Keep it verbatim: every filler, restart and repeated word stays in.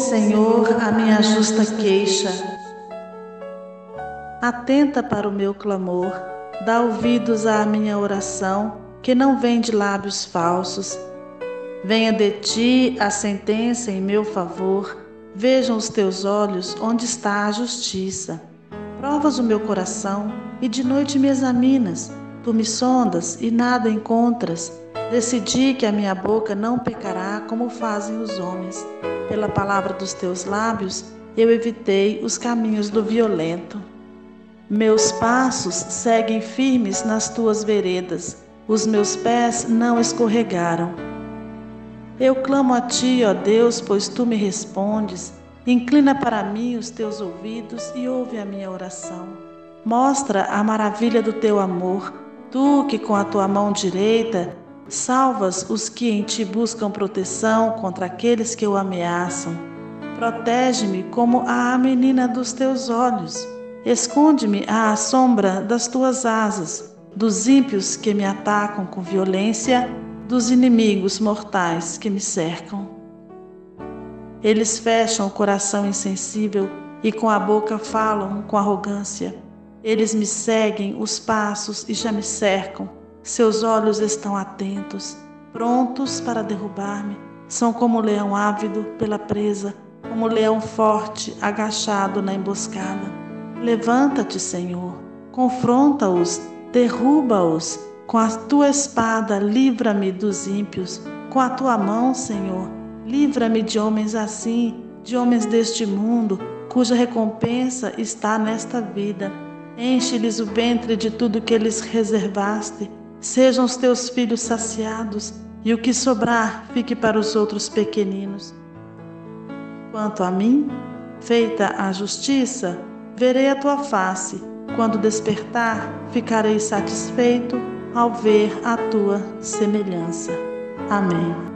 Senhor, a minha justa queixa. Atenta para o meu clamor, dá ouvidos à minha oração, que não vem de lábios falsos. Venha de ti a sentença em meu favor, vejam os teus olhos onde está a justiça. Provas o meu coração e de noite me examinas. Tu me sondas e nada encontras. Decidi que a minha boca não pecará como fazem os homens. Pela palavra dos teus lábios eu evitei os caminhos do violento. Meus passos seguem firmes nas tuas veredas, os meus pés não escorregaram. Eu clamo a ti, ó Deus, pois tu me respondes. Inclina para mim os teus ouvidos e ouve a minha oração. Mostra a maravilha do teu amor, tu que com a tua mão direita salvas os que em ti buscam proteção contra aqueles que o ameaçam. Protege-me como a menina dos teus olhos. Esconde-me à sombra das tuas asas, dos ímpios que me atacam com violência, dos inimigos mortais que me cercam. Eles fecham o coração insensível e com a boca falam com arrogância. Eles me seguem os passos e já me cercam. Seus olhos estão atentos, prontos para derrubar-me. São como o leão ávido pela presa, como o leão forte agachado na emboscada. Levanta-te, Senhor, confronta-os, derruba-os. Com a tua espada, livra-me dos ímpios. Com a tua mão, Senhor, livra-me de homens assim, de homens deste mundo, cuja recompensa está nesta vida. Enche-lhes o ventre de tudo que lhes reservaste. Sejam os teus filhos saciados, e o que sobrar fique para os outros pequeninos. Quanto a mim, feita a justiça, verei a tua face. Quando despertar, ficarei satisfeito ao ver a tua semelhança. Amém.